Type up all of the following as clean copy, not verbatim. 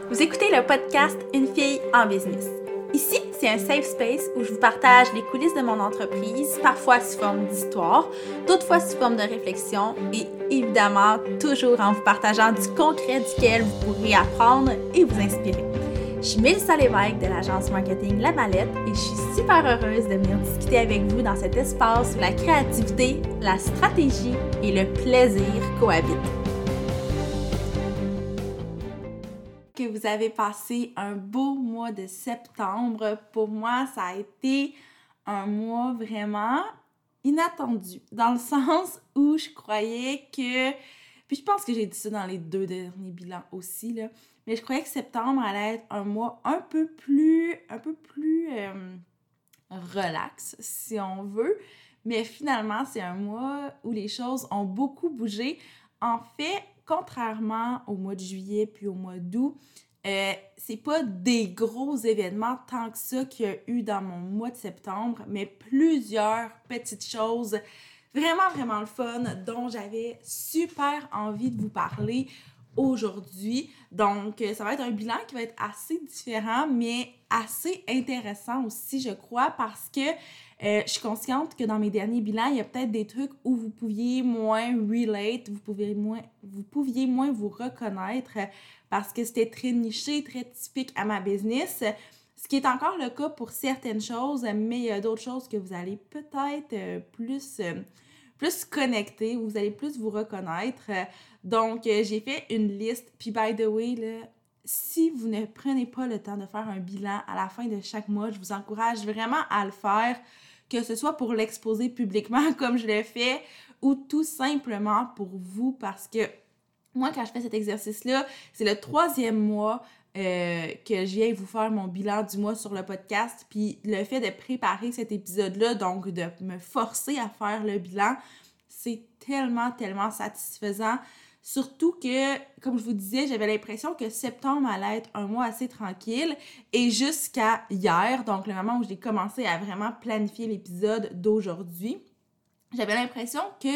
Vous écoutez le podcast Une fille en business. Ici, c'est un safe space où je vous partage les coulisses de mon entreprise, parfois sous forme d'histoire, d'autres fois sous forme de réflexion et évidemment toujours en vous partageant du concret duquel vous pourrez apprendre et vous inspirer. Je suis Mélissa Lévesque de l'agence marketing La Mallette et je suis super heureuse de venir discuter avec vous dans cet espace où la créativité, la stratégie et le plaisir cohabitent. Que vous avez passé un beau mois de septembre. Pour moi, ça a été un mois vraiment inattendu, dans le sens où je croyais que, puis je pense que j'ai dit ça dans les 2 derniers bilans aussi, là, mais je croyais que septembre allait être un mois un peu plus relax, si on veut, mais finalement, c'est un mois où les choses ont beaucoup bougé. En fait, contrairement au mois de juillet puis au mois d'août, c'est pas des gros événements tant que ça qu'il y a eu dans mon mois de septembre, mais plusieurs petites choses vraiment le fun dont j'avais super envie de vous parler aujourd'hui. Donc, ça va être un bilan qui va être assez différent, mais assez intéressant aussi, je crois, parce que je suis consciente que dans mes derniers bilans, il y a peut-être des trucs où vous pouviez moins relate, vous pouviez moins vous reconnaître parce que c'était très niché, très typique à ma business. Ce qui est encore le cas pour certaines choses, mais il y a d'autres choses que vous allez peut-être plus connecter, vous allez plus vous reconnaître. Donc, j'ai fait une liste. Puis, by the way, là, si vous ne prenez pas le temps de faire un bilan à la fin de chaque mois, je vous encourage vraiment à le faire, que ce soit pour l'exposer publiquement comme je le fais ou tout simplement pour vous, parce que moi, quand je fais cet exercice-là, c'est le 3e mois que je viens vous faire mon bilan du mois sur le podcast, puis le fait de préparer cet épisode-là, donc de me forcer à faire le bilan, c'est tellement satisfaisant. Surtout que, comme je vous disais, j'avais l'impression que septembre allait être un mois assez tranquille, et jusqu'à hier, donc le moment où j'ai commencé à vraiment planifier l'épisode d'aujourd'hui, j'avais l'impression que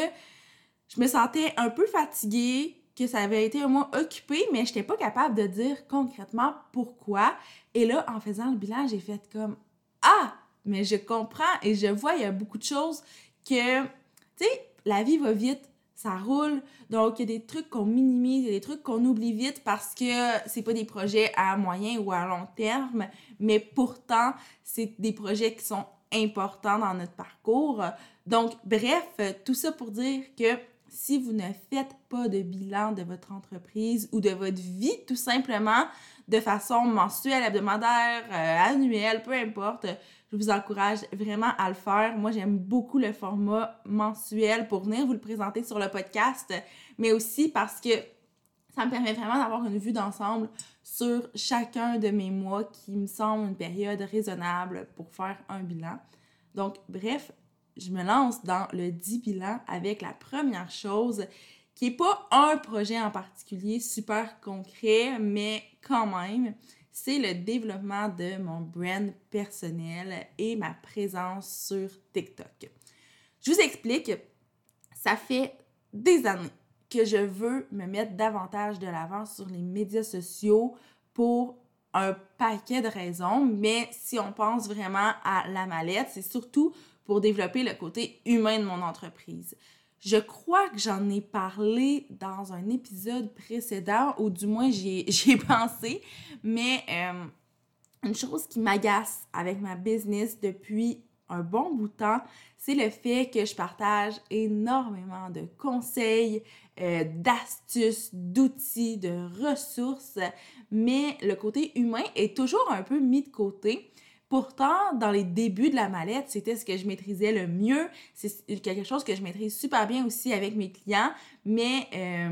je me sentais un peu fatiguée, que ça avait été un mois occupé, mais je n'étais pas capable de dire concrètement pourquoi. Et là, en faisant le bilan, j'ai fait comme « Ah! Mais je comprends et je vois, il y a beaucoup de choses que, tu sais, la vie va vite, ça roule. Donc, il y a des trucs qu'on minimise, il y a des trucs qu'on oublie vite parce que c'est pas des projets à moyen ou à long terme, mais pourtant, c'est des projets qui sont importants dans notre parcours. Donc, bref, tout ça pour dire que si vous ne faites pas de bilan de votre entreprise ou de votre vie, tout simplement, de façon mensuelle, hebdomadaire, annuelle, peu importe, je vous encourage vraiment à le faire. Moi, j'aime beaucoup le format mensuel pour venir vous le présenter sur le podcast, mais aussi parce que ça me permet vraiment d'avoir une vue d'ensemble sur chacun de mes mois qui me semble une période raisonnable pour faire un bilan. Donc, bref, je me lance dans le 10 bilan avec la première chose qui n'est pas un projet en particulier super concret, mais quand même, c'est le développement de mon brand personnel et ma présence sur TikTok. Je vous explique, ça fait des années que je veux me mettre davantage de l'avant sur les médias sociaux pour un paquet de raisons, mais si on pense vraiment à La Mallette, c'est surtout pour développer le côté humain de mon entreprise. Je crois que j'en ai parlé dans un épisode précédent, ou du moins j'y ai pensé, mais une chose qui m'agace avec ma business depuis un bon bout de temps, c'est le fait que je partage énormément de conseils, d'astuces, d'outils, de ressources, mais le côté humain est toujours un peu mis de côté. Pourtant, dans les débuts de La Mallette, c'était ce que je maîtrisais le mieux. C'est quelque chose que je maîtrise super bien aussi avec mes clients, mais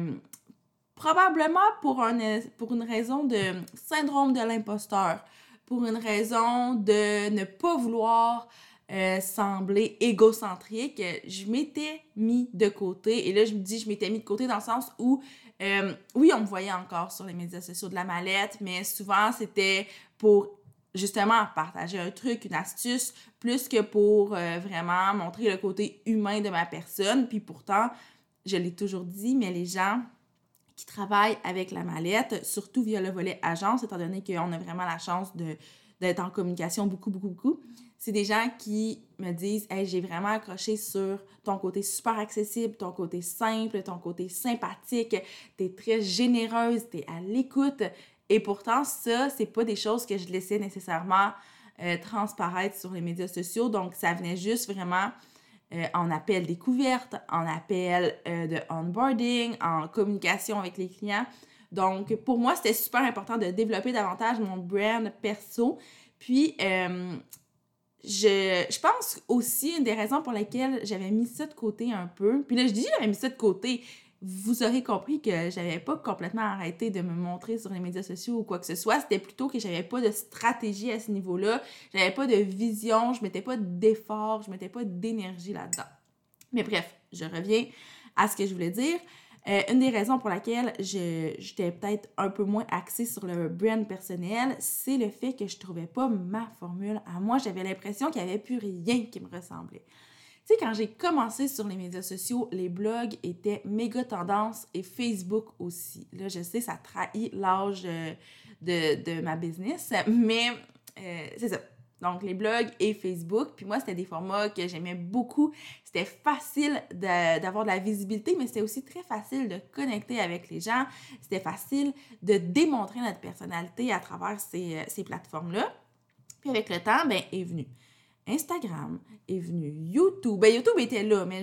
probablement pour une raison de syndrome de l'imposteur, pour une raison de ne pas vouloir sembler égocentrique, je m'étais mis de côté. Et là, je me dis, je m'étais mis de côté dans le sens où, oui, on me voyait encore sur les médias sociaux de La Mallette, mais souvent, c'était pour justement partager un truc, une astuce, plus que pour vraiment montrer le côté humain de ma personne. Puis pourtant, je l'ai toujours dit, mais les gens qui travaillent avec la mallette, surtout via le volet agence, étant donné qu'on a vraiment la chance d'être en communication beaucoup. C'est des gens qui me disent « Hey, j'ai vraiment accroché sur ton côté super accessible, ton côté simple, ton côté sympathique, t'es très généreuse, t'es à l'écoute. » Et pourtant, ça, c'est pas des choses que je laissais nécessairement transparaître sur les médias sociaux. Donc, ça venait juste vraiment en appel découverte, en appel de onboarding, en communication avec les clients. Donc, pour moi, c'était super important de développer davantage mon brand perso. Puis, je pense aussi, une des raisons pour lesquelles j'avais mis ça de côté un peu, puis là, je dis que j'avais mis ça de côté, vous aurez compris que j'avais pas complètement arrêté de me montrer sur les médias sociaux ou quoi que ce soit. C'était plutôt que j'avais pas de stratégie à ce niveau-là, j'avais pas de vision, je mettais pas d'effort, je mettais pas d'énergie là-dedans. Mais bref, je reviens à ce que je voulais dire. Une des raisons pour laquelle j'étais peut-être un peu moins axée sur le brand personnel, c'est le fait que je trouvais pas ma formule à moi. J'avais l'impression qu'il n'y avait plus rien qui me ressemblait. Tu sais, quand j'ai commencé sur les médias sociaux, les blogs étaient méga tendance et Facebook aussi. Là, je sais, ça trahit l'âge de ma business, mais c'est ça. Donc, les blogs et Facebook. Puis moi, c'était des formats que j'aimais beaucoup. C'était facile d'avoir de la visibilité, mais c'était aussi très facile de connecter avec les gens. C'était facile de démontrer notre personnalité à travers ces plateformes-là. Puis avec le temps, ben, est venu Instagram, est venu YouTube. Ben, YouTube était là, mais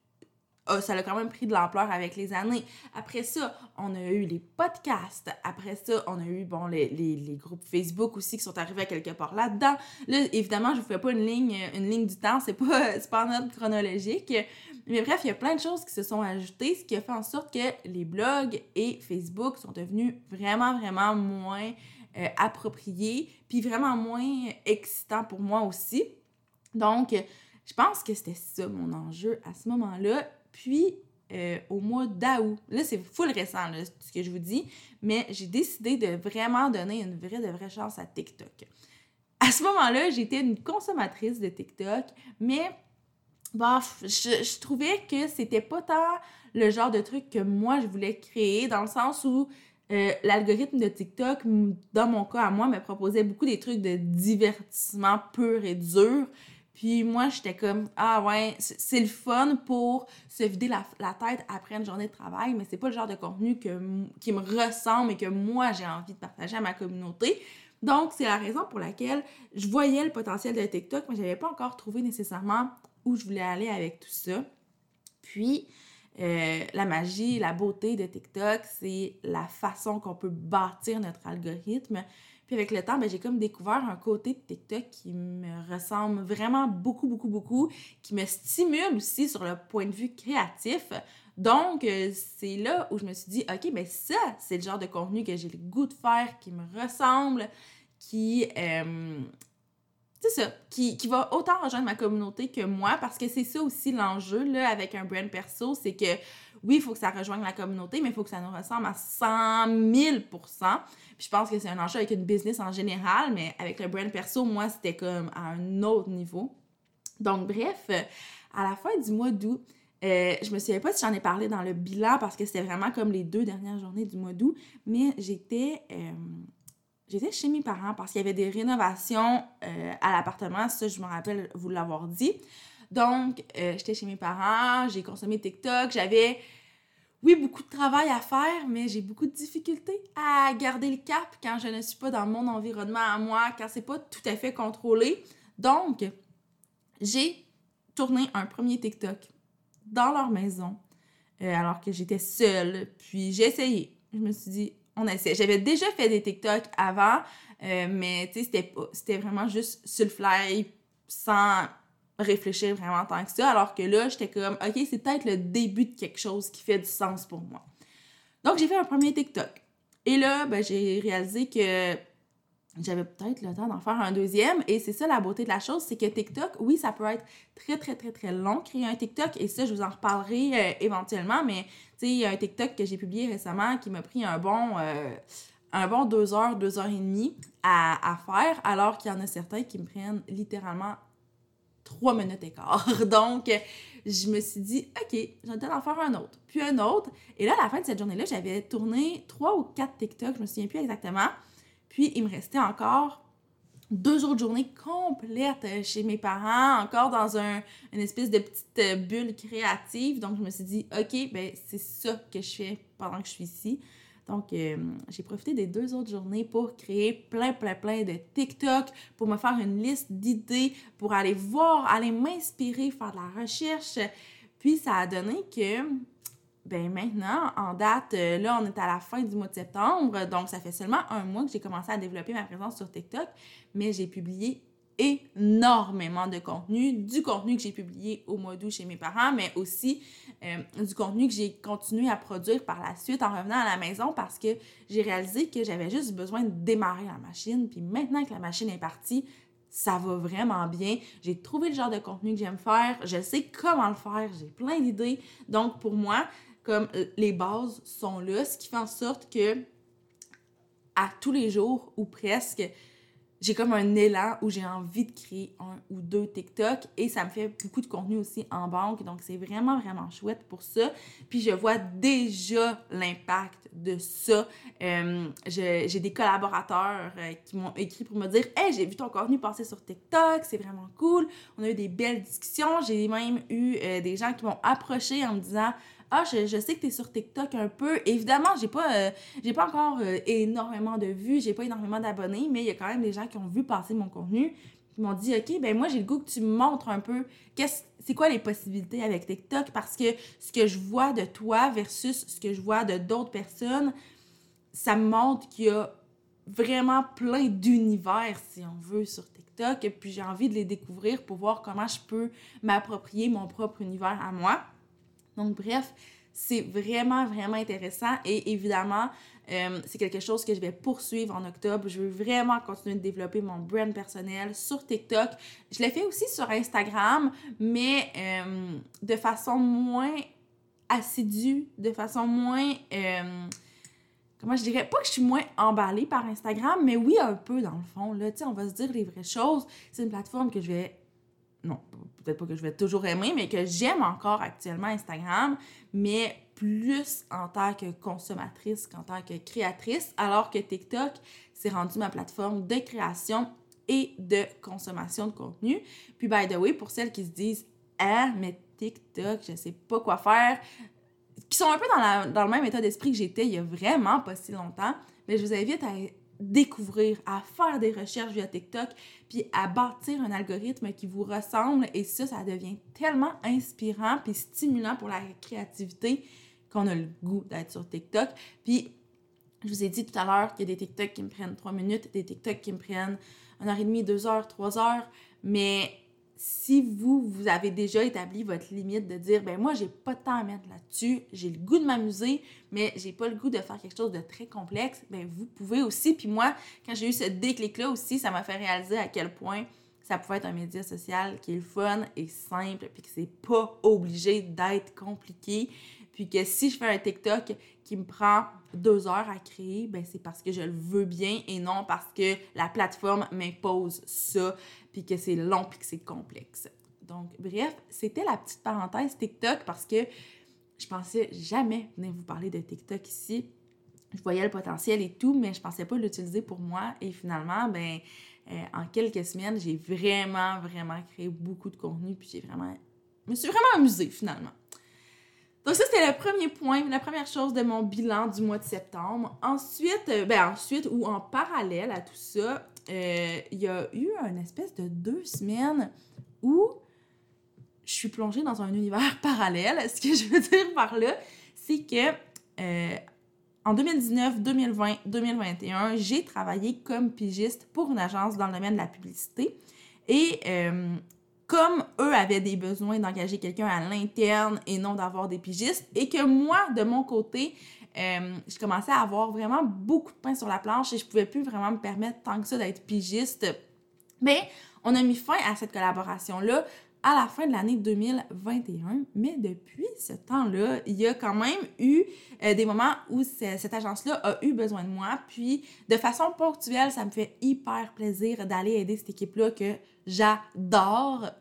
ça a quand même pris de l'ampleur avec les années. Après ça, on a eu les podcasts. Après ça, on a eu les groupes Facebook aussi qui sont arrivés à quelque part là-dedans. Là, évidemment, je vous fais pas une ligne du temps, c'est pas en ordre chronologique. Mais bref, il y a plein de choses qui se sont ajoutées, ce qui a fait en sorte que les blogs et Facebook sont devenus vraiment, vraiment moins appropriés, puis vraiment moins excitants pour moi aussi. Donc, je pense que c'était ça mon enjeu à ce moment-là. Puis, au mois d'août, là, c'est full récent, là, ce que je vous dis, mais j'ai décidé de vraiment donner une vraie chance à TikTok. À ce moment-là, j'étais une consommatrice de TikTok, mais bof, je trouvais que c'était pas tant le genre de truc que moi, je voulais créer, dans le sens où l'algorithme de TikTok, dans mon cas à moi, me proposait beaucoup des trucs de divertissement pur et dur. Puis moi, j'étais comme, ah ouais, c'est le fun pour se vider la tête après une journée de travail, mais c'est pas le genre de contenu qui me ressemble et que moi, j'ai envie de partager à ma communauté. Donc, c'est la raison pour laquelle je voyais le potentiel de TikTok, mais j'avais pas encore trouvé nécessairement où je voulais aller avec tout ça. Puis, la magie, la beauté de TikTok, c'est la façon qu'on peut bâtir notre algorithme. Puis avec le temps, ben, j'ai comme découvert un côté de TikTok qui me ressemble vraiment beaucoup, qui me stimule aussi sur le point de vue créatif. Donc, c'est là où je me suis dit, OK, ben ça, c'est le genre de contenu que j'ai le goût de faire, qui me ressemble, qui va autant rejoindre ma communauté que moi, parce que c'est ça aussi l'enjeu là, avec un brand perso, c'est que oui, il faut que ça rejoigne la communauté, mais il faut que ça nous ressemble à 100 000 %. Puis je pense que c'est un enjeu avec une business en général, mais avec le brand perso, moi, c'était comme à un autre niveau. Donc bref, à la fin du mois d'août, je me souviens pas si j'en ai parlé dans le bilan, parce que c'était vraiment comme les 2 dernières journées du mois d'août, mais j'étais chez mes parents parce qu'il y avait des rénovations à l'appartement. Ça, je me rappelle vous l'avoir dit. Donc, j'étais chez mes parents, j'ai consommé TikTok. J'avais, oui, beaucoup de travail à faire, mais j'ai beaucoup de difficultés à garder le cap quand je ne suis pas dans mon environnement à moi, quand c'est pas tout à fait contrôlé. Donc, j'ai tourné un premier TikTok dans leur maison alors que j'étais seule. Puis j'ai essayé. Je me suis dit, on essaie. J'avais déjà fait des TikTok avant, mais tu sais, c'était vraiment juste sur le fly, sans réfléchir vraiment tant que ça. Alors que là, j'étais comme, OK, c'est peut-être le début de quelque chose qui fait du sens pour moi. Donc, j'ai fait un premier TikTok. Et là, ben, j'ai réalisé que j'avais peut-être le temps d'en faire un deuxième. Et c'est ça la beauté de la chose, c'est que TikTok, oui, ça peut être très long, créer un TikTok. Et ça, je vous en reparlerai éventuellement. Mais, tu sais, il y a un TikTok que j'ai publié récemment qui m'a pris un bon 2 heures, 2 heures et demie à faire. Alors qu'il y en a certains qui me prennent littéralement 3 minutes et quart. Donc, je me suis dit, OK, je vais en faire un autre, puis un autre. Et là, à la fin de cette journée-là, j'avais tourné 3 ou 4 TikTok, je me souviens plus exactement. Puis, il me restait encore 2 autres journées complètes chez mes parents, encore dans une espèce de petite bulle créative. Donc, je me suis dit, OK, ben c'est ça que je fais pendant que je suis ici. Donc, j'ai profité des 2 autres journées pour créer plein de TikTok, pour me faire une liste d'idées, pour aller voir, aller m'inspirer, faire de la recherche. Puis, ça a donné que, ben maintenant, en date, là, on est à la fin du mois de septembre, donc ça fait seulement 1 mois que j'ai commencé à développer ma présence sur TikTok, mais j'ai publié énormément de contenu, du contenu que j'ai publié au mois d'août chez mes parents, mais aussi du contenu que j'ai continué à produire par la suite en revenant à la maison parce que j'ai réalisé que j'avais juste besoin de démarrer la machine, puis maintenant que la machine est partie, ça va vraiment bien. J'ai trouvé le genre de contenu que j'aime faire, je sais comment le faire, j'ai plein d'idées, donc pour moi, comme les bases sont là, ce qui fait en sorte que à tous les jours ou presque, j'ai comme un élan où j'ai envie de créer 1 ou 2 TikTok et ça me fait beaucoup de contenu aussi en banque. Donc, c'est vraiment chouette pour ça. Puis, je vois déjà l'impact de ça. J'ai des collaborateurs qui m'ont écrit pour me dire « Hey, j'ai vu ton contenu passer sur TikTok, c'est vraiment cool. » On a eu des belles discussions. J'ai même eu des gens qui m'ont approché en me disant « Ah, je sais que tu es sur TikTok un peu. » Évidemment, j'ai pas encore énormément de vues, j'ai pas énormément d'abonnés, mais il y a quand même des gens qui ont vu passer mon contenu, qui m'ont dit « OK, ben moi, j'ai le goût que tu me montres un peu c'est quoi les possibilités avec TikTok parce que ce que je vois de toi versus ce que je vois de d'autres personnes, ça me montre qu'il y a vraiment plein d'univers, si on veut, sur TikTok. Et puis, j'ai envie de les découvrir pour voir comment je peux m'approprier mon propre univers à moi. » Donc, bref, c'est vraiment intéressant et évidemment, c'est quelque chose que je vais poursuivre en octobre. Je veux vraiment continuer de développer mon brand personnel sur TikTok. Je l'ai fait aussi sur Instagram, mais de façon moins assidue, de façon moins... comment je dirais? Pas que je suis moins emballée par Instagram, mais oui, un peu dans le fond. Là, tu sais, on va se dire les vraies choses. C'est une plateforme que je vais... Non, peut-être pas que je vais toujours aimer, mais que j'aime encore actuellement Instagram, mais plus en tant que consommatrice qu'en tant que créatrice, alors que TikTok, c'est rendu ma plateforme de création et de consommation de contenu. Puis, by the way, pour celles qui se disent « Ah, mais TikTok, je sais pas quoi faire », qui sont un peu dans le même état d'esprit que j'étais il y a vraiment pas si longtemps, mais je vous invite à découvrir, à faire des recherches via TikTok, puis à bâtir un algorithme qui vous ressemble. Et ça devient tellement inspirant puis stimulant pour la créativité qu'on a le goût d'être sur TikTok. Puis, je vous ai dit tout à l'heure qu'il y a des TikTok qui me prennent 3 minutes, des TikTok qui me prennent 1h30, 2 heures, 3 heures, mais si vous avez déjà établi votre limite de dire « ben moi, j'ai pas de temps à mettre là-dessus, j'ai le goût de m'amuser, mais j'ai pas le goût de faire quelque chose de très complexe », ben vous pouvez aussi. Puis moi, quand j'ai eu ce déclic-là aussi, ça m'a fait réaliser à quel point ça pouvait être un média social qui est le fun et simple, puis que c'est pas obligé d'être compliqué. Puis que si je fais un TikTok qui me prend 2 heures à créer, ben c'est parce que je le veux bien et non parce que la plateforme m'impose ça, puis que c'est long, puis que c'est complexe. Donc, bref, c'était la petite parenthèse TikTok parce que je pensais jamais venir vous parler de TikTok ici. Je voyais le potentiel et tout, mais je pensais pas l'utiliser pour moi. Et finalement, en quelques semaines, j'ai vraiment créé beaucoup de contenu, puis je me suis vraiment amusée finalement. Donc ça, c'était le premier point, la première chose de mon bilan du mois de septembre. Ensuite, ou en parallèle à tout ça, il y a eu une espèce de 2 semaines où je suis plongée dans un univers parallèle. Ce que je veux dire par là, c'est que en 2019, 2020, 2021, j'ai travaillé comme pigiste pour une agence dans le domaine de la publicité. Et comme eux avaient des besoins d'engager quelqu'un à l'interne et non d'avoir des pigistes, et que moi, de mon côté, je commençais à avoir vraiment beaucoup de pain sur la planche et je pouvais plus vraiment me permettre tant que ça d'être pigiste, mais on a mis fin à cette collaboration-là à la fin de l'année 2021. Mais depuis ce temps-là, il y a quand même eu des moments où cette agence-là a eu besoin de moi. Puis, de façon ponctuelle, ça me fait hyper plaisir d'aller aider cette équipe-là que j'adore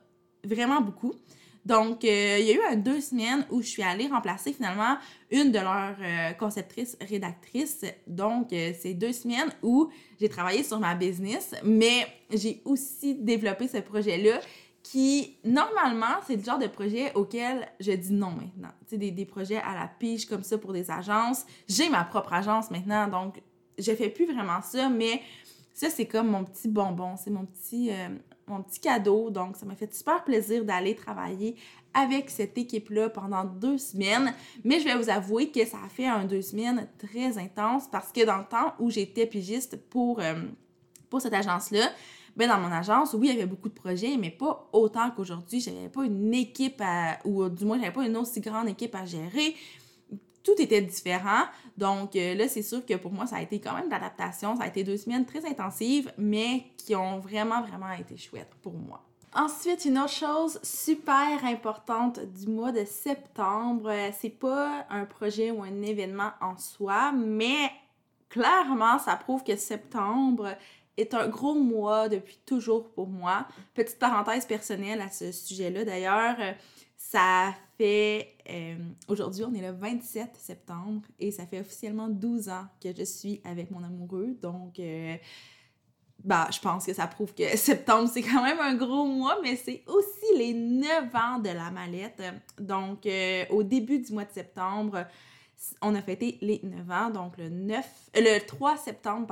vraiment beaucoup. Donc, il y a eu 2 semaines où je suis allée remplacer finalement une de leurs conceptrices rédactrices. Donc, c'est 2 semaines où j'ai travaillé sur ma business, mais j'ai aussi développé ce projet-là qui, normalement, c'est le genre de projet auquel je dis non maintenant. Tu sais, des projets à la pige comme ça pour des agences. J'ai ma propre agence maintenant, donc je fais plus vraiment ça, mais ça, c'est comme mon petit bonbon, c'est mon petit cadeau. Donc, ça m'a fait super plaisir d'aller travailler avec cette équipe-là pendant 2 semaines. Mais je vais vous avouer que ça a fait 2 semaines très intenses parce que dans le temps où j'étais pigiste pour cette agence-là, ben dans mon agence, oui, il y avait beaucoup de projets, mais pas autant qu'aujourd'hui. J'avais pas une équipe ou du moins, j'avais pas une aussi grande équipe à gérer. Tout était différent. Donc là, c'est sûr que pour moi, ça a été quand même de l'adaptation. Ça a été 2 semaines très intensives, mais qui ont vraiment, vraiment été chouettes pour moi. Ensuite, une autre chose super importante du mois de septembre, c'est pas un projet ou un événement en soi, mais clairement, ça prouve que septembre est un gros mois depuis toujours pour moi. Petite parenthèse personnelle à ce sujet-là, d'ailleurs, ça fait... aujourd'hui, on est le 27 septembre et ça fait officiellement 12 ans que je suis avec mon amoureux. Donc, je pense que ça prouve que septembre, c'est quand même un gros mois, mais c'est aussi les 9 ans de la mallette. Donc, au début du mois de septembre, on a fêté les 9 ans, donc le 3 septembre,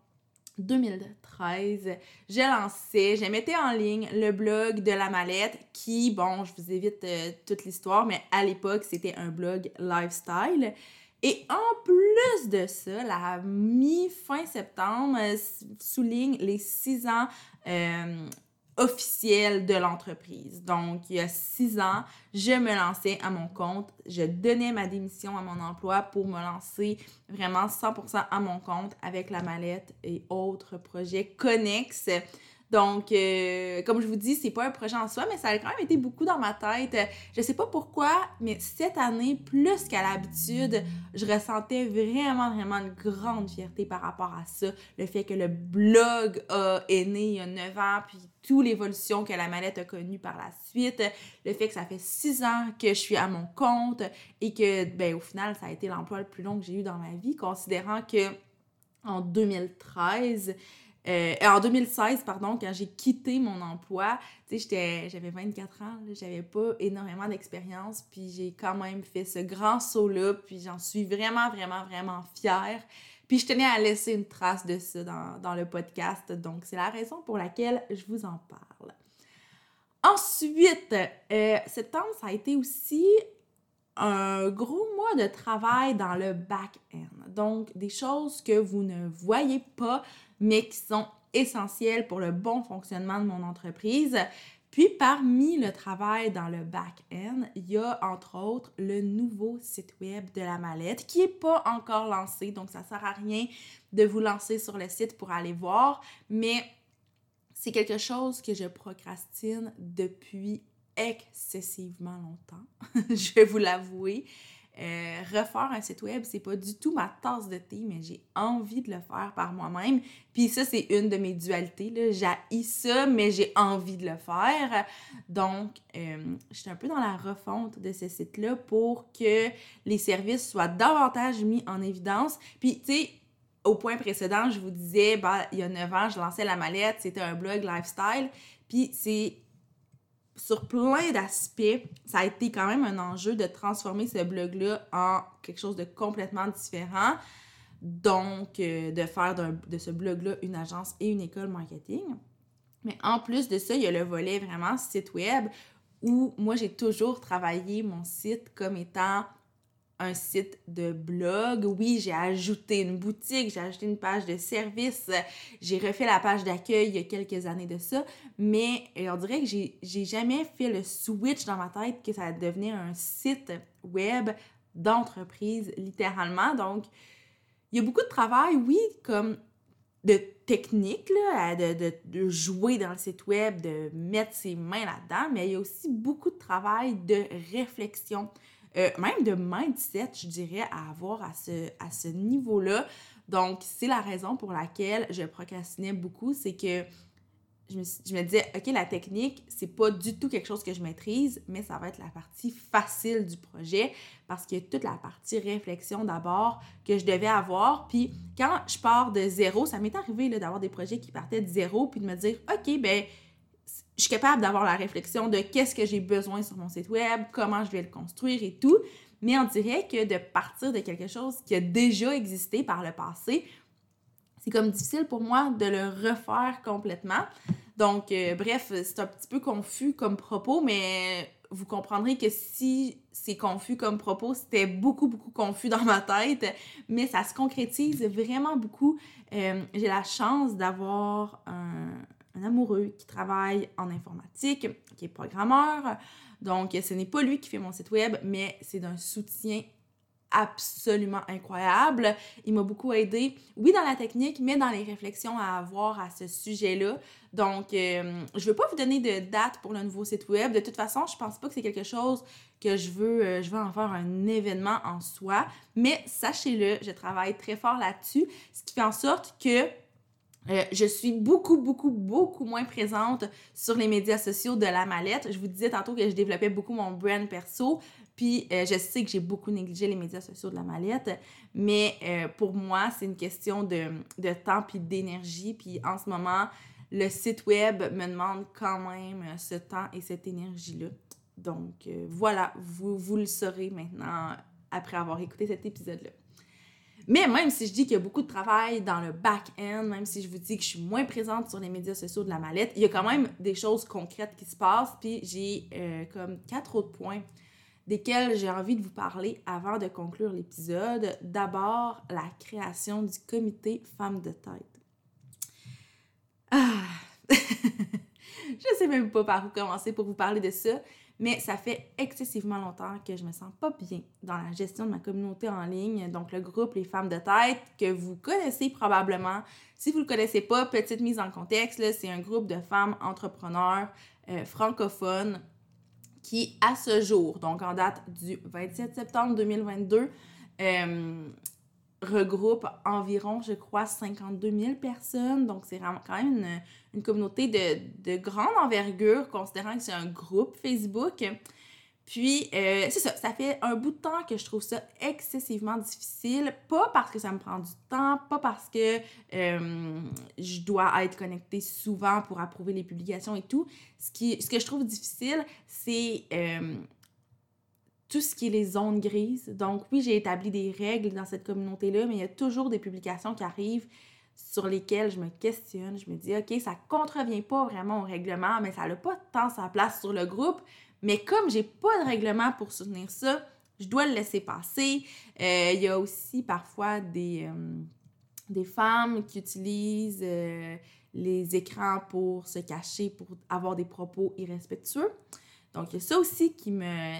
2013, je mettais en ligne le blog de la mallette qui, bon, je vous évite toute l'histoire, mais à l'époque, c'était un blog lifestyle. Et en plus de ça, la mi-fin septembre souligne les 6 ans officiels de l'entreprise. Donc, il y a 6 ans, je me lançais à mon compte. Je donnais ma démission à mon emploi pour me lancer vraiment 100% à mon compte avec la mallette et autres projets connexes. Donc, comme je vous dis, c'est pas un projet en soi, mais ça a quand même été beaucoup dans ma tête. Je sais pas pourquoi, mais cette année, plus qu'à l'habitude, je ressentais vraiment, vraiment une grande fierté par rapport à ça. Le fait que le blog est né il y a 9 ans, puis toute l'évolution que la mallette a connue par la suite. Le fait que ça fait 6 ans que je suis à mon compte et que, au final, ça a été l'emploi le plus long que j'ai eu dans ma vie, considérant que en 2016, quand j'ai quitté mon emploi, tu sais, j'avais 24 ans, là, j'avais pas énormément d'expérience, puis j'ai quand même fait ce grand saut-là, puis j'en suis vraiment, vraiment, vraiment fière. Puis je tenais à laisser une trace de ça dans le podcast, donc c'est la raison pour laquelle je vous en parle. Ensuite, septembre, ça a été aussi un gros mois de travail dans le back-end. Donc, des choses que vous ne voyez pas, mais qui sont essentielles pour le bon fonctionnement de mon entreprise. Puis, parmi le travail dans le back-end, il y a, entre autres, le nouveau site web de la mallette qui n'est pas encore lancé. Donc, ça ne sert à rien de vous lancer sur le site pour aller voir, mais c'est quelque chose que je procrastine depuis excessivement longtemps, je vais vous l'avouer. Refaire un site web, c'est pas du tout ma tasse de thé, mais j'ai envie de le faire par moi-même. Puis ça, c'est une de mes dualités, là. J'haïs ça, mais j'ai envie de le faire. Donc, je suis un peu dans la refonte de ce site-là pour que les services soient davantage mis en évidence. Puis, tu sais, au point précédent, je vous disais, il y a 9 ans, je lançais la mallette, c'était un blog lifestyle. Puis c'est sur plein d'aspects, ça a été quand même un enjeu de transformer ce blog-là en quelque chose de complètement différent. Donc, de faire de ce blog-là une agence et une école marketing. Mais en plus de ça, il y a le volet vraiment site web où moi, j'ai toujours travaillé mon site comme étant un site de blog. Oui, j'ai ajouté une boutique, j'ai ajouté une page de service, j'ai refait la page d'accueil il y a quelques années de ça, mais on dirait que j'ai jamais fait le switch dans ma tête que ça devenait un site web d'entreprise, littéralement. Donc, il y a beaucoup de travail, oui, comme de technique, là, de jouer dans le site web, de mettre ses mains là-dedans, mais il y a aussi beaucoup de travail de réflexion, même de mindset, je dirais, à avoir à ce niveau-là. Donc, c'est la raison pour laquelle je procrastinais beaucoup, c'est que je me disais, OK, la technique, c'est pas du tout quelque chose que je maîtrise, mais ça va être la partie facile du projet parce qu'il y a toute la partie réflexion d'abord que je devais avoir. Puis quand je pars de zéro, ça m'est arrivé là, d'avoir des projets qui partaient de zéro puis de me dire, OK, ben je suis capable d'avoir la réflexion de qu'est-ce que j'ai besoin sur mon site web, comment je vais le construire et tout. Mais on dirait que de partir de quelque chose qui a déjà existé par le passé, c'est comme difficile pour moi de le refaire complètement. Donc, bref, c'est un petit peu confus comme propos, mais vous comprendrez que si c'est confus comme propos, c'était beaucoup, beaucoup confus dans ma tête, mais ça se concrétise vraiment beaucoup. J'ai la chance d'avoir un amoureux qui travaille en informatique, qui est programmeur. Donc, ce n'est pas lui qui fait mon site web, mais c'est d'un soutien absolument incroyable. Il m'a beaucoup aidé, oui, dans la technique, mais dans les réflexions à avoir à ce sujet-là. Donc, je ne veux pas vous donner de date pour le nouveau site web. De toute façon, je pense pas que c'est quelque chose que je veux en faire un événement en soi. Mais sachez-le, je travaille très fort là-dessus, ce qui fait en sorte que je suis beaucoup, beaucoup, beaucoup moins présente sur les médias sociaux de La Mallette. Je vous disais tantôt que je développais beaucoup mon brand perso, puis je sais que j'ai beaucoup négligé les médias sociaux de La Mallette, mais pour moi, c'est une question de temps puis d'énergie. Puis en ce moment, le site web me demande quand même ce temps et cette énergie-là. Donc voilà, vous le saurez maintenant après avoir écouté cet épisode-là. Mais même si je dis qu'il y a beaucoup de travail dans le back-end, même si je vous dis que je suis moins présente sur les médias sociaux de La Mallette, il y a quand même des choses concrètes qui se passent. Puis j'ai comme 4 autres points desquels j'ai envie de vous parler avant de conclure l'épisode. D'abord, la création du comité Femmes de tête. Je sais même pas par où commencer pour vous parler de ça. Mais ça fait excessivement longtemps que je me sens pas bien dans la gestion de ma communauté en ligne. Donc, le groupe Les Femmes de tête, que vous connaissez probablement. Si vous le connaissez pas, petite mise en contexte, là, c'est un groupe de femmes entrepreneurs francophones qui, à ce jour, donc en date du 27 septembre 2022, regroupe environ, je crois, 52 000 personnes. Donc, c'est vraiment quand même une communauté de grande envergure, considérant que c'est un groupe Facebook. Puis, c'est ça, ça fait un bout de temps que je trouve ça excessivement difficile. Pas parce que ça me prend du temps, pas parce que je dois être connectée souvent pour approuver les publications et tout. Ce que je trouve difficile, c'est tout ce qui est les zones grises. Donc oui, j'ai établi des règles dans cette communauté-là, mais il y a toujours des publications qui arrivent sur lesquelles je me questionne. Je me dis, OK, ça contrevient pas vraiment au règlement, mais ça n'a pas tant sa place sur le groupe. Mais comme j'ai pas de règlement pour soutenir ça, je dois le laisser passer. Il y a aussi parfois des femmes qui utilisent les écrans pour se cacher, pour avoir des propos irrespectueux. Donc, il y a ça aussi qui me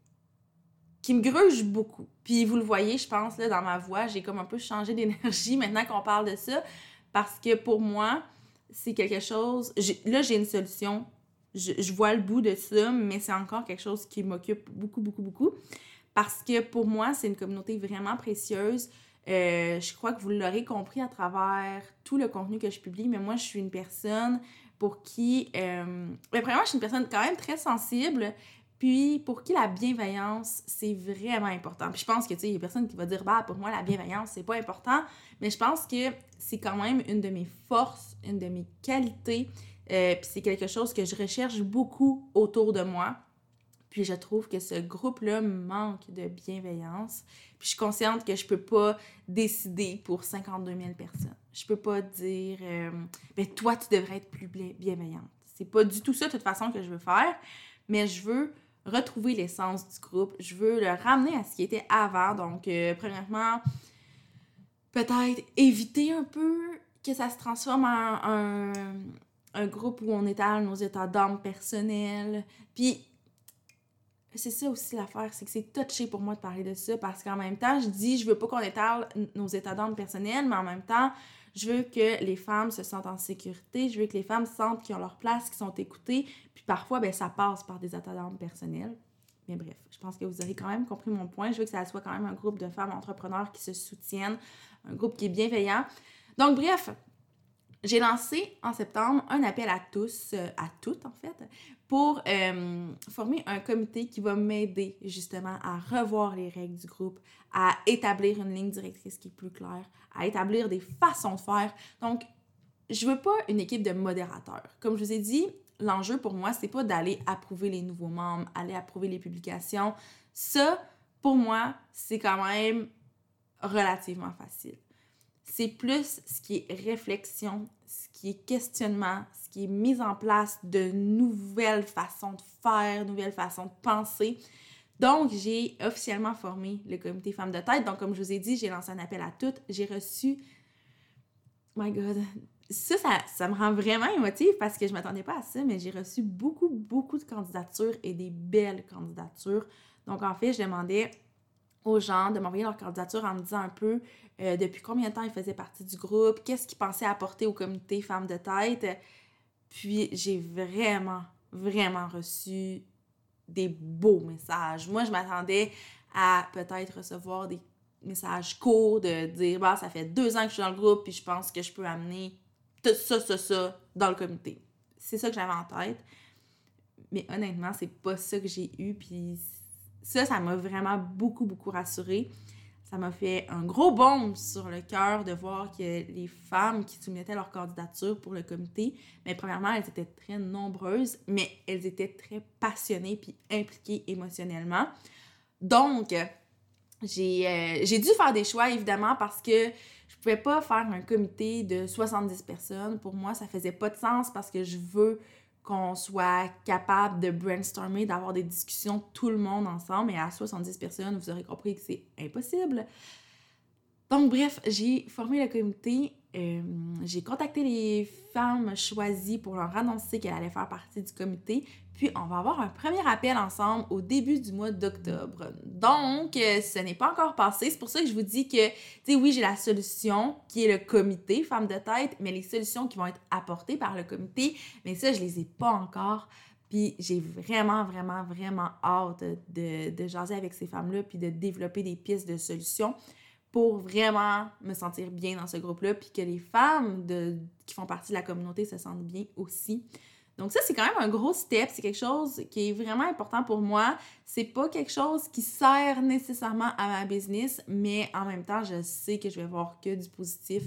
gruge beaucoup. Puis vous le voyez, je pense, là, dans ma voix, j'ai comme un peu changé d'énergie maintenant qu'on parle de ça, parce que pour moi, c'est quelque chose... Là, j'ai une solution. Je vois le bout de ça, mais c'est encore quelque chose qui m'occupe beaucoup, beaucoup, beaucoup. Parce que pour moi, c'est une communauté vraiment précieuse. Je crois que vous l'aurez compris à travers tout le contenu que je publie, mais moi, je suis une personne pour qui... premièrement, je suis une personne quand même très sensible, puis pour qui la bienveillance, c'est vraiment important. Puis je pense que, tu sais, il y a personne qui va dire, bah, pour moi, la bienveillance, c'est pas important, mais je pense que c'est quand même une de mes forces, une de mes qualités, puis c'est quelque chose que je recherche beaucoup autour de moi. Puis je trouve que ce groupe-là manque de bienveillance. Puis je suis consciente que je peux pas décider pour 52 000 personnes. Je peux pas dire, ben toi, tu devrais être plus bienveillante. C'est pas du tout ça, de toute façon, que je veux faire, mais je veux retrouver l'essence du groupe. Je veux le ramener à ce qui était avant. Donc, premièrement, peut-être éviter un peu que ça se transforme en un groupe où on étale nos états d'âme personnels. Puis, c'est ça aussi l'affaire, c'est que c'est touché pour moi de parler de ça, parce qu'en même temps, je veux pas qu'on étale nos états d'âme personnels, mais en même temps, je veux que les femmes se sentent en sécurité, je veux que les femmes sentent qu'ils ont leur place, qu'ils sont écoutées, puis parfois, ben ça passe par des états d'âme personnels. Mais bref, je pense que vous aurez quand même compris mon point. Je veux que ça soit quand même un groupe de femmes entrepreneurs qui se soutiennent, un groupe qui est bienveillant. Donc bref, j'ai lancé en septembre un appel à tous, à toutes en fait, pour former un comité qui va m'aider justement à revoir les règles du groupe, à établir une ligne directrice qui est plus claire, à établir des façons de faire. Donc, je veux pas une équipe de modérateurs. Comme je vous ai dit, l'enjeu pour moi, c'est pas d'aller approuver les nouveaux membres, aller approuver les publications. Ça, pour moi, c'est quand même relativement facile. C'est plus ce qui est réflexion, ce qui est questionnement, ce qui est mise en place de nouvelles façons de faire, nouvelles façons de penser. Donc, j'ai officiellement formé le comité Femmes de tête. Donc, comme je vous ai dit, j'ai lancé un appel à toutes. J'ai reçu... My God! Ça me rend vraiment émotive parce que je ne m'attendais pas à ça, mais j'ai reçu beaucoup de candidatures et des belles candidatures. Donc, en fait, je demandais aux gens de m'envoyer leur candidature en me disant un peu depuis combien de temps ils faisaient partie du groupe, qu'est-ce qu'ils pensaient apporter au comité Femmes de tête. Puis j'ai vraiment reçu des beaux messages. Moi, je m'attendais à peut-être recevoir des messages courts de dire « ça fait 2 ans que je suis dans le groupe puis je pense que je peux amener tout ça dans le comité. » C'est ça que j'avais en tête. Mais honnêtement, c'est pas ça que j'ai eu. Puis ça m'a vraiment beaucoup rassurée. Ça m'a fait un gros baume sur le cœur de voir que les femmes qui soumettaient leur candidature pour le comité, mais premièrement, elles étaient très nombreuses, mais elles étaient très passionnées puis impliquées émotionnellement. Donc, j'ai dû faire des choix, évidemment, parce que je pouvais pas faire un comité de 70 personnes. Pour moi, ça faisait pas de sens parce que je veux qu'on soit capable de brainstormer, d'avoir des discussions tout le monde ensemble. Et à 70 personnes, vous aurez compris que c'est impossible. Donc bref, j'ai formé le comité. J'ai contacté les femmes choisies pour leur annoncer qu'elles allaient faire partie du comité. Puis on va avoir un premier appel ensemble au début du mois d'octobre. Donc, ce n'est pas encore passé. C'est pour ça que je vous dis que, tu sais, oui, j'ai la solution qui est le comité Femmes de tête, mais les solutions qui vont être apportées par le comité, mais ça, je les ai pas encore. Puis j'ai vraiment hâte de jaser avec ces femmes-là puis de développer des pistes de solutions pour vraiment me sentir bien dans ce groupe-là, puis que les femmes qui font partie de la communauté se sentent bien aussi. Donc ça, c'est quand même un gros step, c'est quelque chose qui est vraiment important pour moi. C'est pas quelque chose qui sert nécessairement à ma business, mais en même temps, je sais que je vais voir que du positif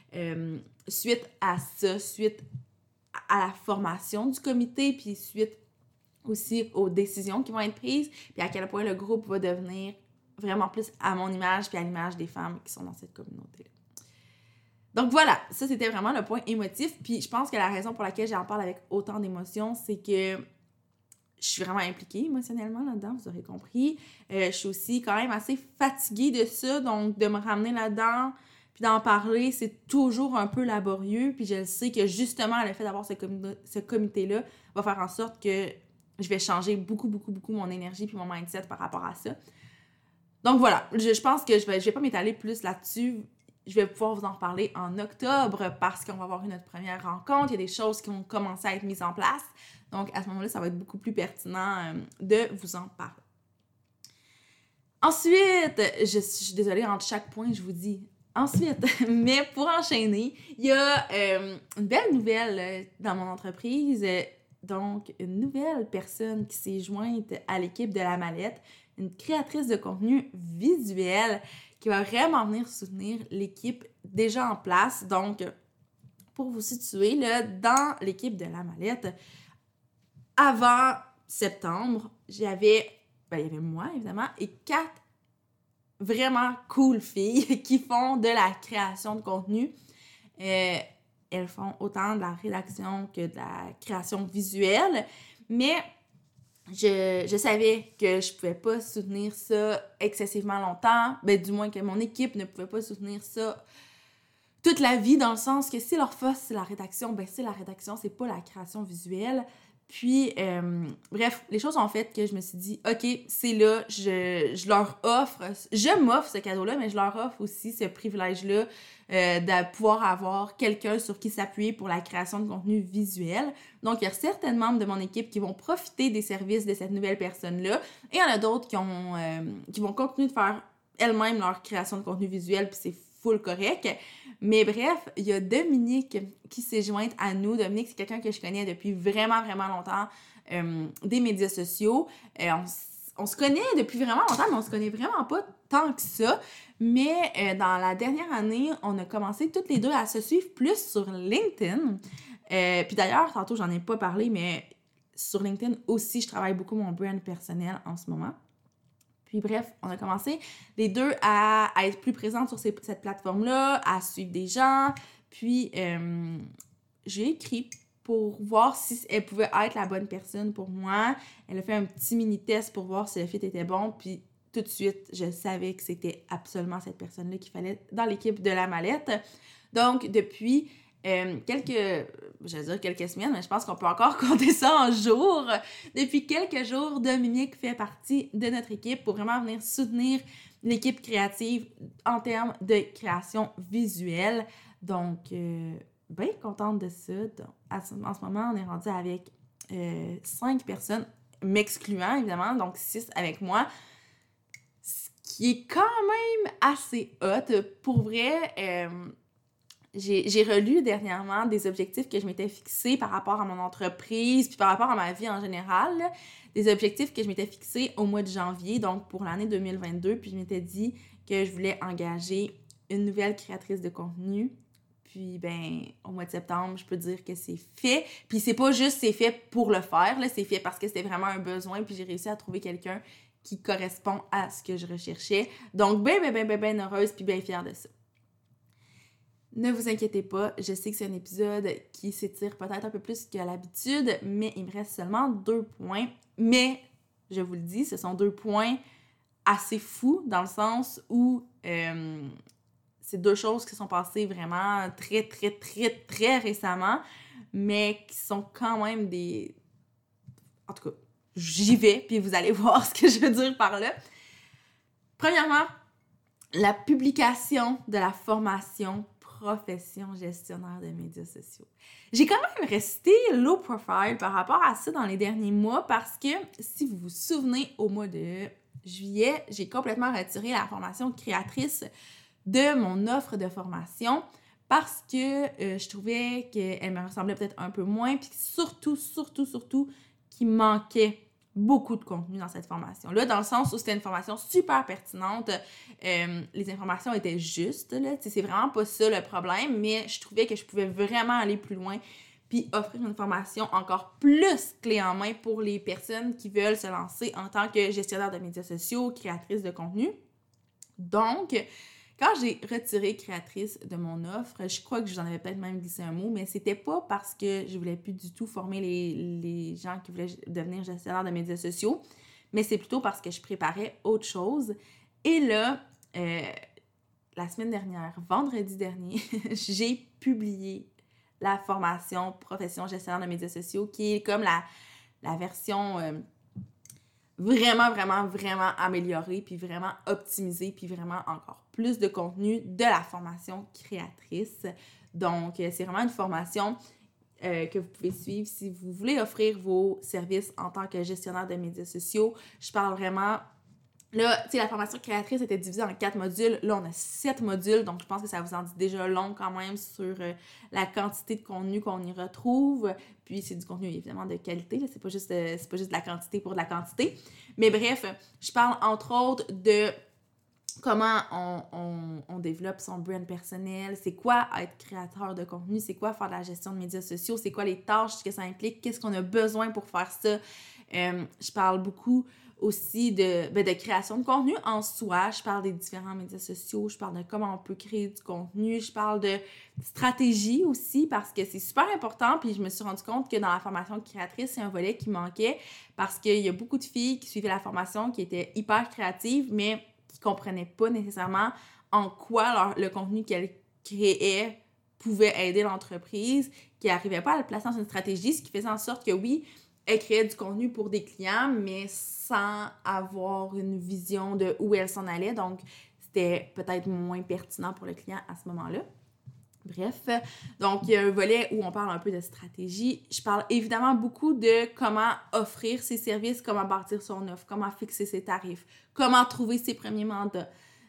suite à ça, suite à la formation du comité, puis suite aussi aux décisions qui vont être prises, puis à quel point le groupe va devenir vraiment plus à mon image puis à l'image des femmes qui sont dans cette communauté-là. Donc voilà, ça c'était vraiment le point émotif. Puis je pense que la raison pour laquelle j'en parle avec autant d'émotion, c'est que je suis vraiment impliquée émotionnellement là-dedans, vous aurez compris. Je suis aussi quand même assez fatiguée de ça, donc de me ramener là-dedans puis d'en parler, c'est toujours un peu laborieux. Puis je le sais que justement, le fait d'avoir ce comité-là va faire en sorte que je vais changer beaucoup mon énergie puis mon mindset par rapport à ça. Donc voilà, je pense que je vais pas m'étaler plus là-dessus. Je vais pouvoir vous en reparler en octobre parce qu'on va avoir notre première rencontre. Il y a des choses qui vont commencer à être mises en place. Donc à ce moment-là, ça va être beaucoup plus pertinent de vous en parler. Ensuite, je suis désolée, entre chaque point, je vous dis ensuite. Mais pour enchaîner, il y a une belle nouvelle dans mon entreprise. Donc, une nouvelle personne qui s'est jointe à l'équipe de La Mallette, une créatrice de contenu visuel qui va vraiment venir soutenir l'équipe déjà en place. Donc, pour vous situer, là, dans l'équipe de La Mallette, avant septembre, il y avait moi, évidemment, et 4 vraiment cool filles qui font de la création de contenu. Elles font autant de la rédaction que de la création visuelle, mais je savais que je pouvais pas soutenir ça excessivement longtemps, du moins que mon équipe ne pouvait pas soutenir ça toute la vie, dans le sens que si leur force c'est la rédaction, c'est la rédaction, c'est pas la création visuelle. Puis, bref, les choses ont fait que je me suis dit, OK, c'est là, je leur offre, je m'offre ce cadeau-là, mais je leur offre aussi ce privilège-là de pouvoir avoir quelqu'un sur qui s'appuyer pour la création de contenu visuel. Donc, il y a certains membres de mon équipe qui vont profiter des services de cette nouvelle personne-là, et il y en a d'autres qui vont continuer de faire elles-mêmes leur création de contenu visuel, puis c'est full correct. Mais bref, il y a Dominique qui s'est jointe à nous. Dominique, c'est quelqu'un que je connais depuis vraiment, vraiment longtemps des médias sociaux. On se connaît depuis vraiment longtemps, mais on se connaît vraiment pas tant que ça. Mais dans la dernière année, on a commencé toutes les deux à se suivre plus sur LinkedIn. Puis d'ailleurs, tantôt, j'en ai pas parlé, mais sur LinkedIn aussi, je travaille beaucoup mon brand personnel en ce moment. Puis bref, on a commencé les deux à être plus présentes sur cette plateforme-là, à suivre des gens. Puis j'ai écrit pour voir si elle pouvait être la bonne personne pour moi. Elle a fait un petit mini-test pour voir si le fit était bon. Puis tout de suite, je savais que c'était absolument cette personne-là qu'il fallait dans l'équipe de la mallette. Donc, depuis quelques semaines, mais je pense qu'on peut encore compter ça en jours. Depuis quelques jours, Dominique fait partie de notre équipe pour vraiment venir soutenir l'équipe créative en termes de création visuelle. Donc, bien contente de ça. Donc, en ce moment, on est rendu avec 5 personnes, m'excluant évidemment, donc 6 avec moi. Ce qui est quand même assez hot. Pour vrai, j'ai relu dernièrement des objectifs que je m'étais fixés par rapport à mon entreprise, puis par rapport à ma vie en général, là, des objectifs que je m'étais fixés au mois de janvier, donc pour l'année 2022, puis je m'étais dit que je voulais engager une nouvelle créatrice de contenu. Puis, au mois de septembre, je peux dire que c'est fait. Puis c'est pas juste c'est fait pour le faire, là, c'est fait parce que c'était vraiment un besoin, puis j'ai réussi à trouver quelqu'un qui correspond à ce que je recherchais. Donc, ben heureuse, puis bien fière de ça. Ne vous inquiétez pas, je sais que c'est un épisode qui s'étire peut-être un peu plus qu'à l'habitude, mais il me reste seulement 2 points. Mais, je vous le dis, ce sont 2 points assez fous dans le sens où c'est 2 choses qui sont passées vraiment très, très, très, très récemment, mais qui sont quand même des... En tout cas, j'y vais, puis vous allez voir ce que je veux dire par là. Premièrement, la publication de la formation profession gestionnaire de médias sociaux. J'ai quand même resté low profile par rapport à ça dans les derniers mois parce que, si vous vous souvenez, au mois de juillet, j'ai complètement retiré la formation créatrice de mon offre de formation parce que je trouvais qu'elle me ressemblait peut-être un peu moins puis surtout qu'il manquait beaucoup de contenu dans cette formation-là, dans le sens où c'était une formation super pertinente. Les informations étaient justes, là. C'est vraiment pas ça le problème, mais je trouvais que je pouvais vraiment aller plus loin puis offrir une formation encore plus clé en main pour les personnes qui veulent se lancer en tant que gestionnaire de médias sociaux, créatrice de contenu. Donc, quand j'ai retiré créatrice de mon offre, je crois que je vous en avais peut-être même glissé un mot, mais c'était pas parce que je voulais plus du tout former les gens qui voulaient devenir gestionnaires de médias sociaux, mais c'est plutôt parce que je préparais autre chose. Et là, la semaine dernière, vendredi dernier, j'ai publié la formation profession gestionnaire de médias sociaux, qui est comme la version... vraiment amélioré, puis vraiment optimisé, puis vraiment encore plus de contenu de la formation créatrice. Donc, c'est vraiment une formation que vous pouvez suivre si vous voulez offrir vos services en tant que gestionnaire de médias sociaux. Je parle vraiment... Là, tu sais, la formation créatrice était divisée en 4 modules. Là, on a 7 modules, donc je pense que ça vous en dit déjà long quand même sur la quantité de contenu qu'on y retrouve. Puis, c'est du contenu, évidemment, de qualité. Là. C'est pas juste de la quantité pour de la quantité. Mais bref, je parle entre autres de comment on développe son brand personnel, c'est quoi être créateur de contenu, c'est quoi faire de la gestion de médias sociaux, c'est quoi les tâches que ça implique, qu'est-ce qu'on a besoin pour faire ça. Je parle beaucoup aussi de création de contenu en soi, je parle des différents médias sociaux, je parle de comment on peut créer du contenu, je parle de stratégie aussi parce que c'est super important, puis je me suis rendu compte que dans la formation de créatrice, c'est un volet qui manquait parce qu'il y a beaucoup de filles qui suivaient la formation qui étaient hyper créatives, mais qui ne comprenaient pas nécessairement en quoi le contenu qu'elles créaient pouvait aider l'entreprise, qui n'arrivaient pas à le placer dans une stratégie, ce qui faisait en sorte que oui, elles créaient du contenu pour des clients, mais sans avoir une vision de où elles s'en allaient. Donc, c'était peut-être moins pertinent pour le client à ce moment-là. Bref, donc il y a un volet où on parle un peu de stratégie. Je parle évidemment beaucoup de comment offrir ses services, comment bâtir son offre, comment fixer ses tarifs, comment trouver ses premiers mandats,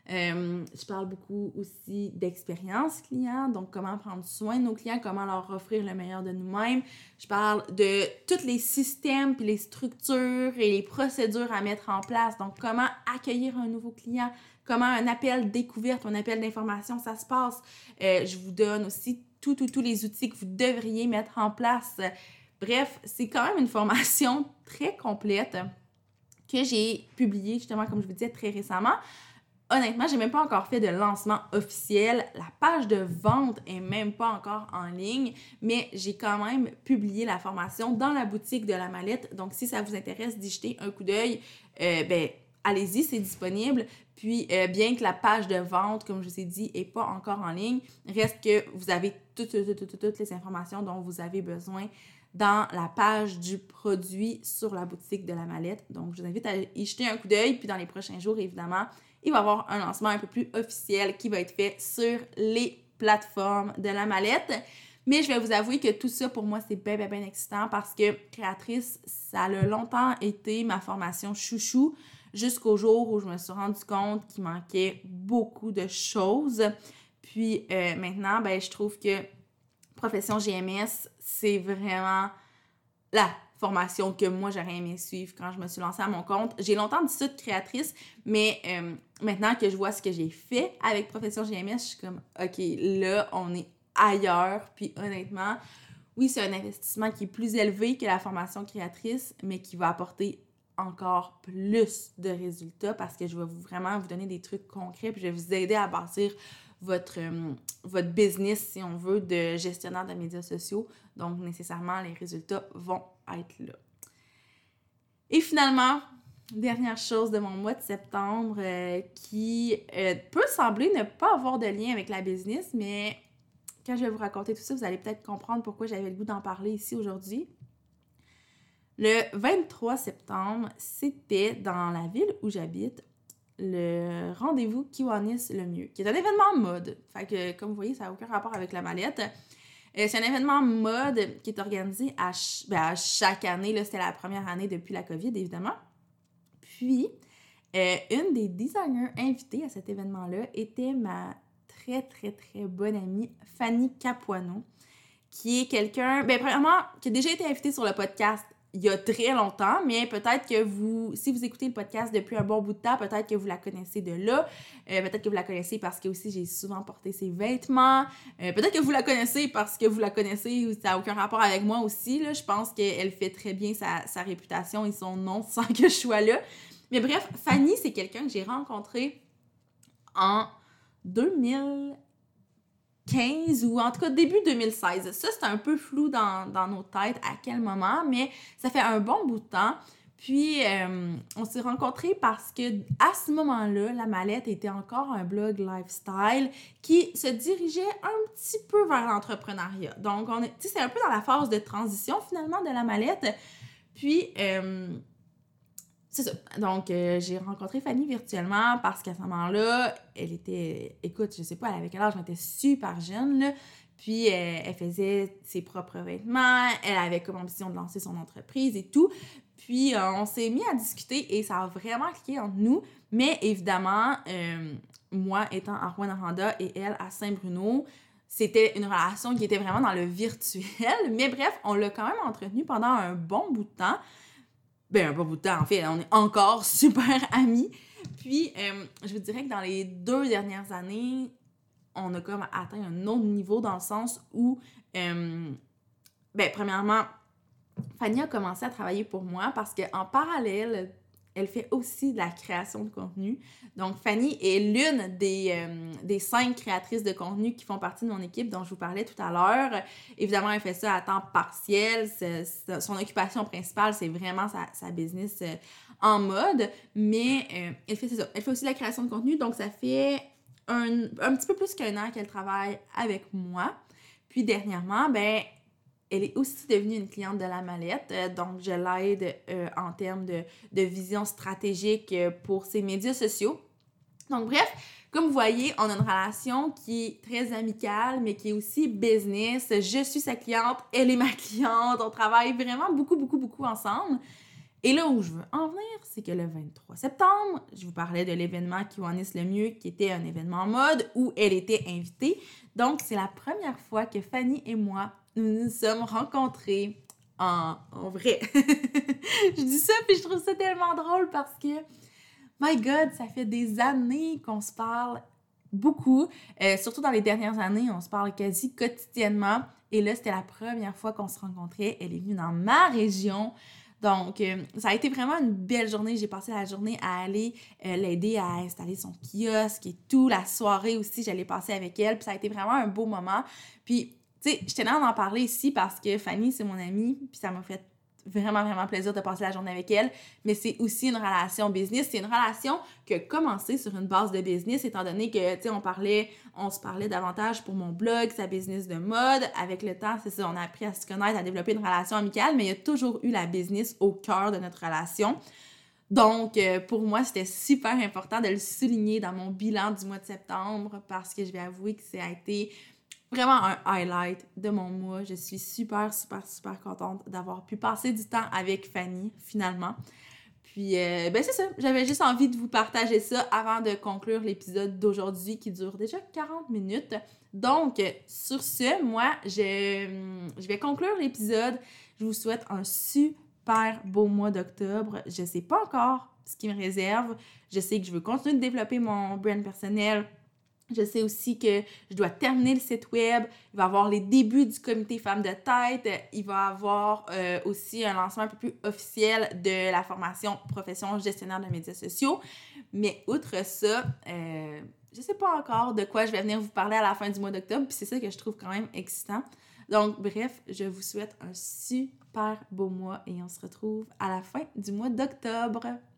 Je parle beaucoup aussi d'expérience client, donc comment prendre soin de nos clients, comment leur offrir le meilleur de nous-mêmes. Je parle de tous les systèmes, puis les structures et les procédures à mettre en place. Donc, comment accueillir un nouveau client, comment un appel découverte, un appel d'information, ça se passe. Je vous donne aussi tous les outils que vous devriez mettre en place. Bref, c'est quand même une formation très complète que j'ai publiée, justement, comme je vous disais, très récemment. Honnêtement, j'ai même pas encore fait de lancement officiel. La page de vente est même pas encore en ligne, mais j'ai quand même publié la formation dans la boutique de La Mallette. Donc, si ça vous intéresse d'y jeter un coup d'œil, allez-y, c'est disponible. Puis, bien que la page de vente, comme je vous ai dit, n'est pas encore en ligne, reste que vous avez toutes les informations dont vous avez besoin dans la page du produit sur la boutique de La Mallette. Donc, je vous invite à y jeter un coup d'œil. Puis, dans les prochains jours, évidemment, il va y avoir un lancement un peu plus officiel qui va être fait sur les plateformes de La Mallette. Mais je vais vous avouer que tout ça, pour moi, c'est bien excitant parce que créatrice, ça a longtemps été ma formation chouchou jusqu'au jour où je me suis rendu compte qu'il manquait beaucoup de choses. Puis maintenant, je trouve que Profession GMS, c'est vraiment la formation que moi, j'aurais aimé suivre quand je me suis lancée à mon compte. J'ai longtemps dit ça de créatrice, mais maintenant que je vois ce que j'ai fait avec Profession GMS, je suis comme, OK, là, on est ailleurs. Puis honnêtement, oui, c'est un investissement qui est plus élevé que la formation créatrice, mais qui va apporter encore plus de résultats parce que je vais vraiment vous donner des trucs concrets puis je vais vous aider à bâtir votre business, si on veut, de gestionnaire de médias sociaux. Donc, nécessairement, les résultats vont être là. Et finalement, dernière chose de mon mois de septembre qui peut sembler ne pas avoir de lien avec la business, mais quand je vais vous raconter tout ça, vous allez peut-être comprendre pourquoi j'avais le goût d'en parler ici aujourd'hui. Le 23 septembre, c'était dans la ville où j'habite, le rendez-vous Kiwanis le mieux, qui est un événement mode. Fait que, comme vous voyez, ça n'a aucun rapport avec La Mallette. C'est un événement mode qui est organisé à chaque année. Là, c'était la première année depuis la COVID, évidemment. Puis, une des designers invités à cet événement-là était ma très bonne amie Fanny Capuano, qui est quelqu'un, premièrement, qui a déjà été invitée sur le podcast il y a très longtemps, mais peut-être que si vous écoutez le podcast depuis un bon bout de temps, peut-être que vous la connaissez de là, peut-être que vous la connaissez parce que aussi j'ai souvent porté ses vêtements, peut-être que vous la connaissez parce que vous la connaissez, ça n'a aucun rapport avec moi aussi, là. Je pense qu'elle fait très bien sa réputation et son nom sans que je sois là. Mais bref, Fanny, c'est quelqu'un que j'ai rencontré en 2015 ou en tout cas début 2016. Ça, c'est un peu flou dans nos têtes à quel moment, mais ça fait un bon bout de temps. Puis, on s'est rencontrés parce que à ce moment-là, La Mallette était encore un blog lifestyle qui se dirigeait un petit peu vers l'entrepreneuriat. Donc, c'est un peu dans la phase de transition finalement de La Mallette. Puis, c'est ça. Donc, j'ai rencontré Fanny virtuellement parce qu'à ce moment-là, elle était... Écoute, je sais pas, elle avait quel âge, mais elle était super jeune, là. Puis, elle faisait ses propres vêtements. Elle avait comme ambition de lancer son entreprise et tout. Puis, on s'est mis à discuter et ça a vraiment cliqué entre nous. Mais évidemment, moi étant à Rouyn-Noranda et elle à Saint-Bruno, c'était une relation qui était vraiment dans le virtuel. Mais bref, on l'a quand même entretenue pendant un bon bout de temps. Un bon bout de temps, en fait, on est encore super amis. Puis, je vous dirais que dans les 2 dernières années, on a comme atteint un autre niveau dans le sens où, premièrement, Fanny a commencé à travailler pour moi parce qu'en parallèle, elle fait aussi de la création de contenu. Donc, Fanny est l'une des 5 créatrices de contenu qui font partie de mon équipe dont je vous parlais tout à l'heure. Évidemment, elle fait ça à temps partiel. Son occupation principale, c'est vraiment sa business en mode. Mais elle fait ça. Elle fait aussi de la création de contenu. Donc, ça fait un petit peu plus qu'1 an qu'elle travaille avec moi. Puis, dernièrement, elle est aussi devenue une cliente de La Mallette, donc je l'aide en termes de vision stratégique pour ses médias sociaux. Donc bref, comme vous voyez, on a une relation qui est très amicale, mais qui est aussi business. Je suis sa cliente, elle est ma cliente, on travaille vraiment beaucoup ensemble. Et là où je veux en venir, c'est que le 23 septembre, je vous parlais de l'événement Kiwanis le mieux, qui était un événement mode où elle était invitée. Donc, c'est la première fois que Fanny et moi, nous nous sommes rencontrés en vrai. Je dis ça, puis je trouve ça tellement drôle parce que, my God, ça fait des années qu'on se parle beaucoup. Surtout dans les dernières années, on se parle quasi quotidiennement. Et là, c'était la première fois qu'on se rencontrait. Elle est venue dans ma région. Donc, ça a été vraiment une belle journée. J'ai passé la journée à aller l'aider à installer son kiosque et tout. La soirée aussi, j'allais passer avec elle. Puis ça a été vraiment un beau moment. Puis, tu sais, je tenais à en parler ici parce que Fanny, c'est mon amie. Puis ça m'a fait vraiment, vraiment plaisir de passer la journée avec elle. Mais c'est aussi une relation business. C'est une relation qui a commencé sur une base de business, étant donné que, tu sais, on se parlait davantage pour mon blog, sa business de mode. Avec le temps, c'est ça, on a appris à se connaître, à développer une relation amicale, mais il y a toujours eu la business au cœur de notre relation. Donc, pour moi, c'était super important de le souligner dans mon bilan du mois de septembre parce que je vais avouer que ça a été vraiment un highlight de mon mois. Je suis super, super, super contente d'avoir pu passer du temps avec Fanny, finalement. Puis, ben c'est ça. J'avais juste envie de vous partager ça avant de conclure l'épisode d'aujourd'hui qui dure déjà 40 minutes. Donc, sur ce, moi, je vais conclure l'épisode. Je vous souhaite un super beau mois d'octobre. Je sais pas encore ce qui me réserve. Je sais que je veux continuer de développer mon brand personnel. Je sais aussi que je dois terminer le site web. Il va y avoir les débuts du comité Femmes de tête. Il va y avoir aussi un lancement un peu plus officiel de la formation profession gestionnaire de médias sociaux. Mais outre ça, je sais pas encore de quoi je vais venir vous parler à la fin du mois d'octobre. Puis c'est ça que je trouve quand même excitant. Donc bref, je vous souhaite un super beau mois et on se retrouve à la fin du mois d'octobre.